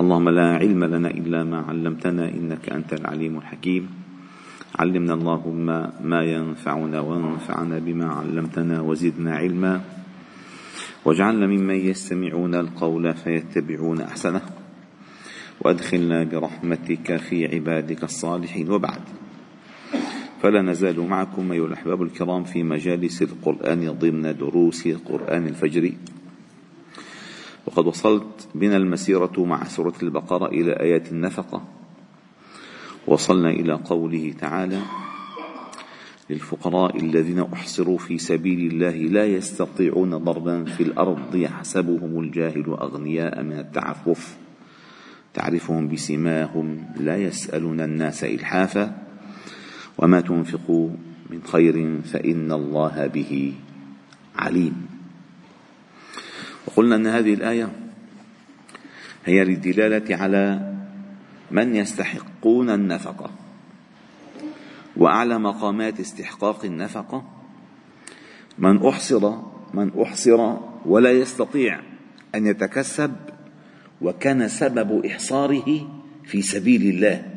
اللهم لا علم لنا إلا ما علمتنا إنك أنت العليم الحكيم. علمنا اللهم ما ينفعنا وانفعنا بما علمتنا وزدنا علما، واجعلنا ممن يستمعون القول فيتبعون أحسنه، وأدخلنا برحمتك في عبادك الصالحين. وبعد، فلا نزال معكم أيها الأحباب الكرام في مجالس القرآن ضمن دروس قرآن الفجر، وقد وصلت بنا المسيرة مع سورة البقرة إلى آيات النفقة. وصلنا إلى قوله تعالى: للفقراء الذين أحصروا في سبيل الله لا يستطيعون ضربا في الأرض يحسبهم الجاهل أغنياء من التعفف تعرفهم بسيماهم لا يسألون الناس إلحافا وما تنفقوا من خير فإن الله به عليم. وقلنا أن هذه الآية هي للدلالة على من يستحقون النفقة، وأعلى مقامات استحقاق النفقة من أحصر ولا يستطيع أن يتكسب، وكان سبب إحصاره في سبيل الله.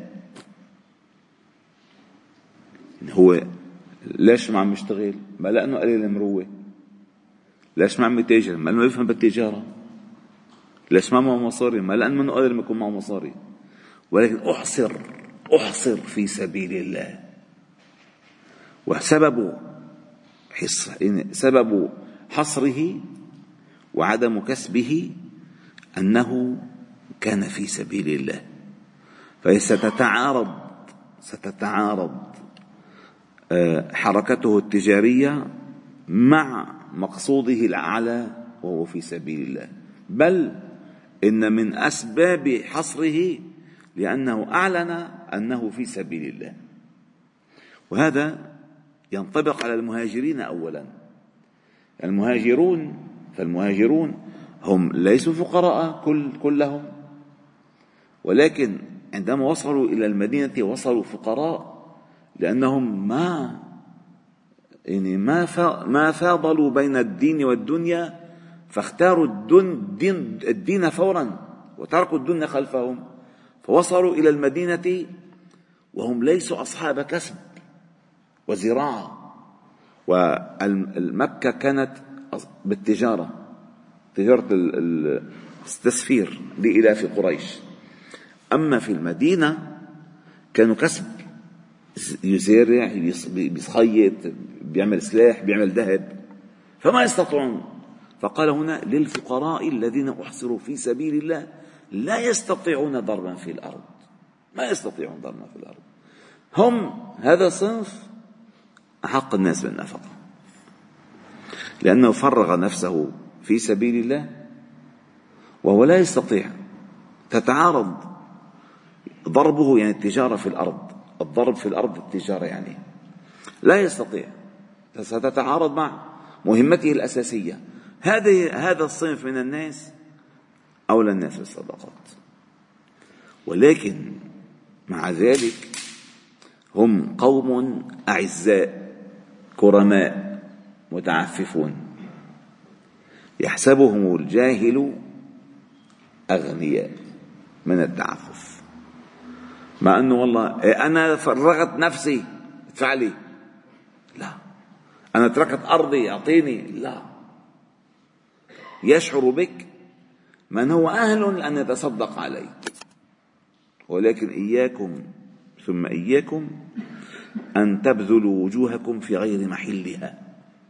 هو ليش ما عم يشتغل؟ ما لأنه قليل المروة. ليش ما عم يتاجر؟ ما لأنه يفهم بالتجارة. ليش ما معه مصاري؟ ما لأنه منه قادر ما يكون معه مصاري. ولكن أحصر في سبيل الله، سبب حصره وعدم كسبه أنه كان في سبيل الله. ستتعارض حركته التجارية مع مقصوده الأعلى وهو في سبيل الله، بل إن من أسباب حصره لأنه أعلن أنه في سبيل الله. وهذا ينطبق على المهاجرين أولا. فالمهاجرون هم ليسوا فقراء كلهم، ولكن عندما وصلوا إلى المدينة وصلوا فقراء، لأنهم ما فاضلوا بين الدين والدنيا، فاختاروا الدين فورا وتركوا الدنيا خلفهم، فوصلوا إلى المدينة وهم ليسوا أصحاب كسب وزراعة. والمكة كانت بالتجارة، تجارة التسفير لإلاف قريش. أما في المدينة كانوا كسب، يزارع، بيخيط، بيعمل سلاح، بيعمل ذهب، فما يستطيعون. فقال هنا: للفقراء الذين أحصروا في سبيل الله لا يستطيعون ضربا في الأرض. ما يستطيعون ضربا في الأرض. هم هذا صنف أحق الناس بالنفقة، لأنه فرغ نفسه في سبيل الله وهو لا يستطيع. تتعارض ضربه، يعني التجارة في الأرض، الضرب في الأرض التجارة، يعني لا يستطيع، ستتعارض مع مهمته الأساسية. هذا الصنف من الناس أولى الناس بالصدقات، ولكن مع ذلك هم قوم أعزاء كرماء متعففون، يحسبهم الجاهل أغنياء من التعفف. مع أنه والله أنا فرغت نفسي ادفع لي، لا. أنا تركت أرضي أعطيني، لا. يشعر بك من هو أهل أن يتصدق عليك، ولكن إياكم ثم إياكم أن تبذلوا وجوهكم في غير محلها،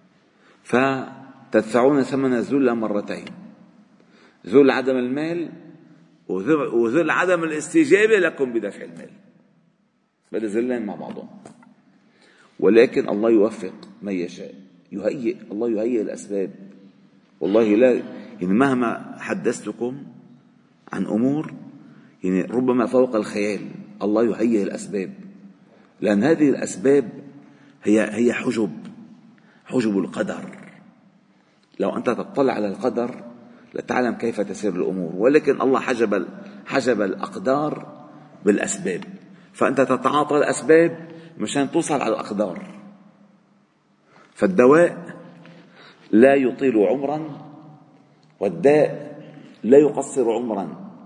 فتدفعون ثمن الذل مرتين: ذل عدم المال وذل عدم الاستجابة لكم بدفع المال، بل ذلين مع بعضهم. ولكن الله يوفق من يشاء، الله يهيئ الأسباب. والله لا، يعني مهما حدثتكم عن أمور يعني ربما فوق الخيال، الله يهيئ الأسباب، لأن هذه الأسباب هي حجب القدر. لو أنت تطلع على القدر لتعلم كيف تسير الأمور، ولكن الله حجب الأقدار بالأسباب، فأنت تتعاطى الأسباب مشان توصل على الأقدار. فالدواء لا يطيل عمرا، والداء لا يقصر عمرا.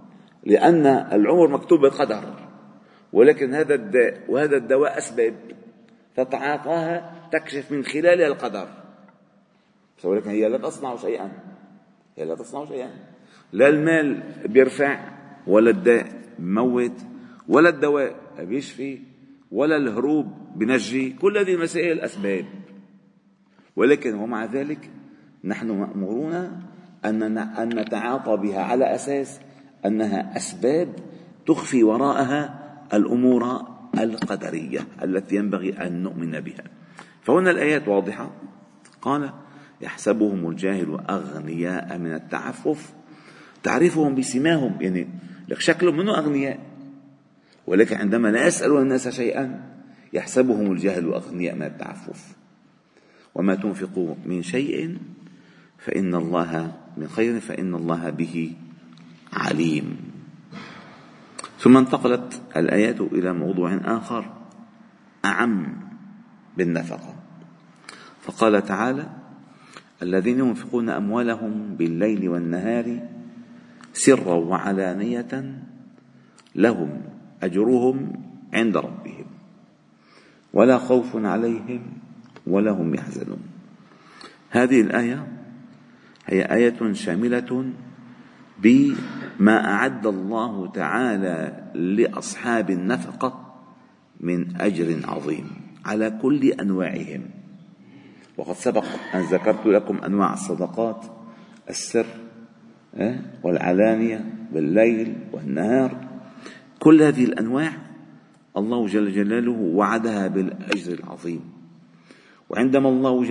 لأن العمر مكتوب بالقدر، ولكن هذا الداء وهذا الدواء أسباب تتعاطاها تكشف من خلالها القدر، ولكن هي لا تصنع شيئا، هي لا تصنع شيئا. لا المال بيرفع، ولا الداء بموت، ولا الدواء بيشفي، ولا الهروب بنجي. كل هذه المسائل أسباب، ولكن ومع ذلك نحن مأمورون أن نتعاطى بها على أساس أنها أسباب تخفي وراءها الأمور القدرية التي ينبغي أن نؤمن بها. فهنا الآيات واضحة. قال يحسبهم الجاهل أغنياء من التعفف، تعرفهم بسماهم، يعني لك شكلهم منه أغنياء، ولكن عندما لا يسألون الناس شيئا يحسبهم الجاهل أغنياء من التعفف. وما تنفقوا من شيء فإن الله من خير فإن الله به عليم. ثم انتقلت الآيات إلى موضوع آخر أعم بالنفقة، فقال تعالى الذين ينفقون أموالهم بالليل والنهار سرا وعلانية لهم أجرهم عند ربهم ولا خوف عليهم ولا هم يحزنون. هذه الآية هي آية شاملة بما أعد الله تعالى لأصحاب النفقة من أجر عظيم على كل أنواعهم. وقد سبق أن ذكرت لكم أنواع الصدقات: السر والعلانية بالليل والنهار. كل هذه الأنواع الله جل جلاله وعدها بالأجر العظيم. وعندما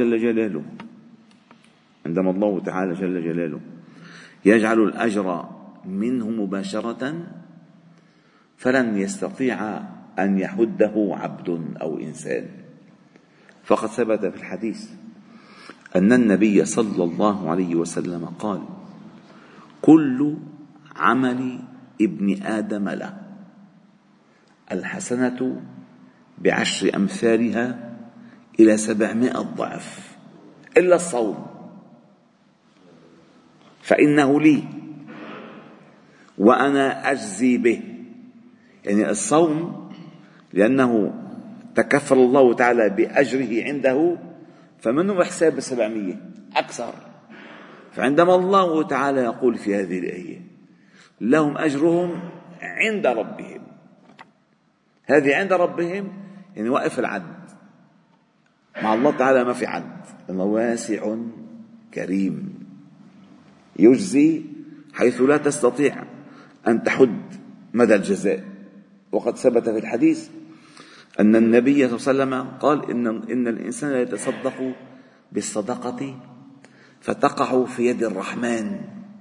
الله تعالى جل جلاله يجعل الأجر منه مباشرة فلن يستطيع أن يحده عبد أو إنسان. فقد ثبت في الحديث أن النبي صلى الله عليه وسلم قال: كل عمل ابن آدم له، الحسنة ب10 أمثالها إلى 700 ضعف إلا الصوم فإنه لي وأنا أجزي به. يعني الصوم لأنه تكفل الله تعالى بأجره عنده فمنه حساب 700 أكثر. فعندما الله تعالى يقول في هذه الآية لهم أجرهم عند ربهم، هذه عند ربهم يعني وقف العد. مع الله تعالى ما في عد، لأنه واسع كريم يجزي حيث لا تستطيع أن تحد مدى الجزاء. وقد ثبت في الحديث أن النبي صلى الله عليه وسلم قال إن الإنسان يتصدق بالصدقة فتقع في يد الرحمن،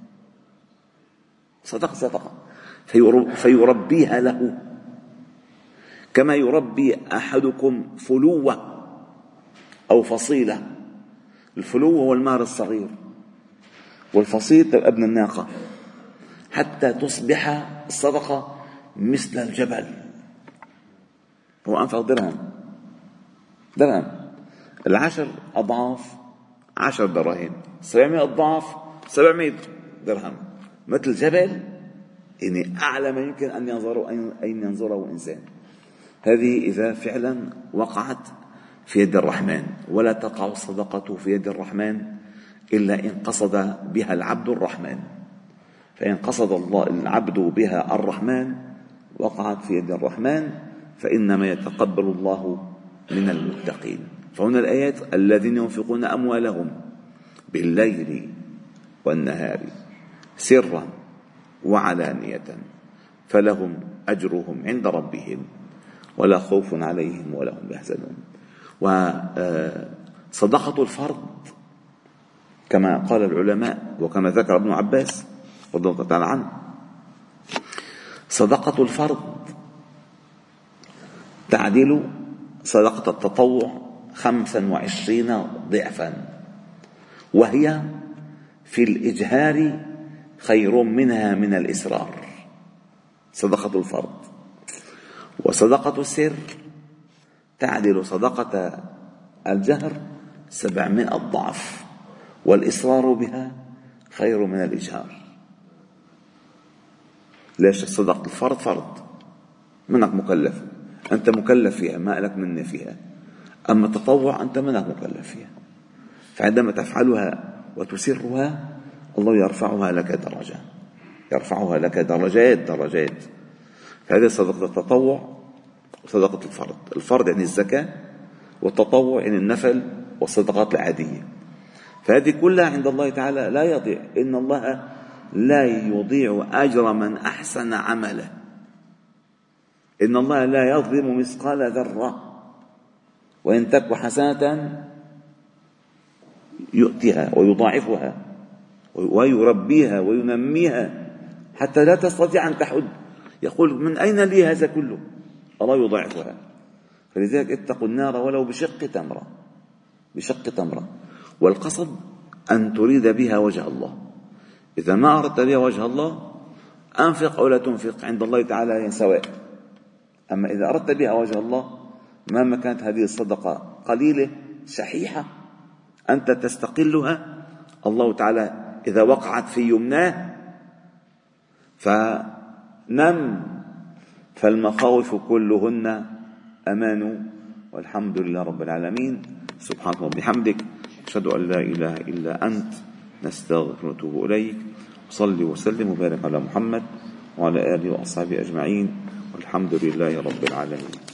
صدقة فيربيها له كما يربي أحدكم فلوة أو فصيلة. الفلو هو المار الصغير، والفصيل ابن الناقة، حتى تصبح الصدقة مثل الجبل. هو أنفق درهم 10 أضعاف 10 دراهم، 700 أضعاف 700 درهم، مثل جبل، يعني أعلى ما يمكن أن ينظره إنسان. هذه إذا فعلا وقعت في يد الرحمن. ولا تقع الصدقة في يد الرحمن إلا إن قصد بها العبد الرحمن، فإن قصد العبد بها الرحمن وقعت في يد الرحمن، فإنما يتقبل الله من المتقين. فهنا الآيات الذين ينفقون أموالهم بالليل والنهار سرا وعلانية فلهم أجرهم عند ربهم ولا خوف عليهم ولا هم يحزنون. وصدقة الفرض كما قال العلماء وكما ذكر ابن عباس رضي الله تعالى عنه، صدقة الفرض تعدل صدقة التطوع 25 ضعفا، وهي في الإجهار خير منها من الإسرار، صدقة الفرض. وصدقة السر تعدل صدقة الجهر 700 ضعف، والإصرار بها خير من الإجهار. ليش؟ الصدقة الفرض فرض، منك مكلف، أنت مكلف فيها، ما لك منة فيها. أما التطوع أنت منك مكلف فيها، فعندما تفعلها وتسرها الله يرفعها لك درجة، يرفعها لك درجات. فهذه صدقة التطوع وصدقة الفرض. الفرض يعني الزكاة، والتطوع يعني النفل والصدقات العادية. فهذه كلها عند الله تعالى لا يضيع. إن الله لا يضيع أجر من أحسن عمله. إن الله لا يظلم مثقال ذرة، وإن تك حسنة يؤتها ويضاعفها ويربيها وينميها حتى لا تستطيع أن تحد. يقول من أين لي هذا كله؟ الله يضاعفها. فلذلك اتقوا النار ولو بشق تمرة. والقصد أن تريد بها وجه الله. إذا ما أردت بها وجه الله أنفق أو لا تنفق عند الله تعالى سواء. أما إذا أردت بها وجه الله مهما كانت هذه الصدقة قليلة شحيحة أنت تستقلها، الله تعالى إذا وقعت في يمناه فنم، فالمخاوف كلهن أمان. والحمد لله رب العالمين. سبحانك وبحمدك، أشهد أن لا إله إلا أنت، نستغفرك ونتوب إليك. صل وسلم وبارك على محمد وعلى آله وأصحابه أجمعين، والحمد لله رب العالمين.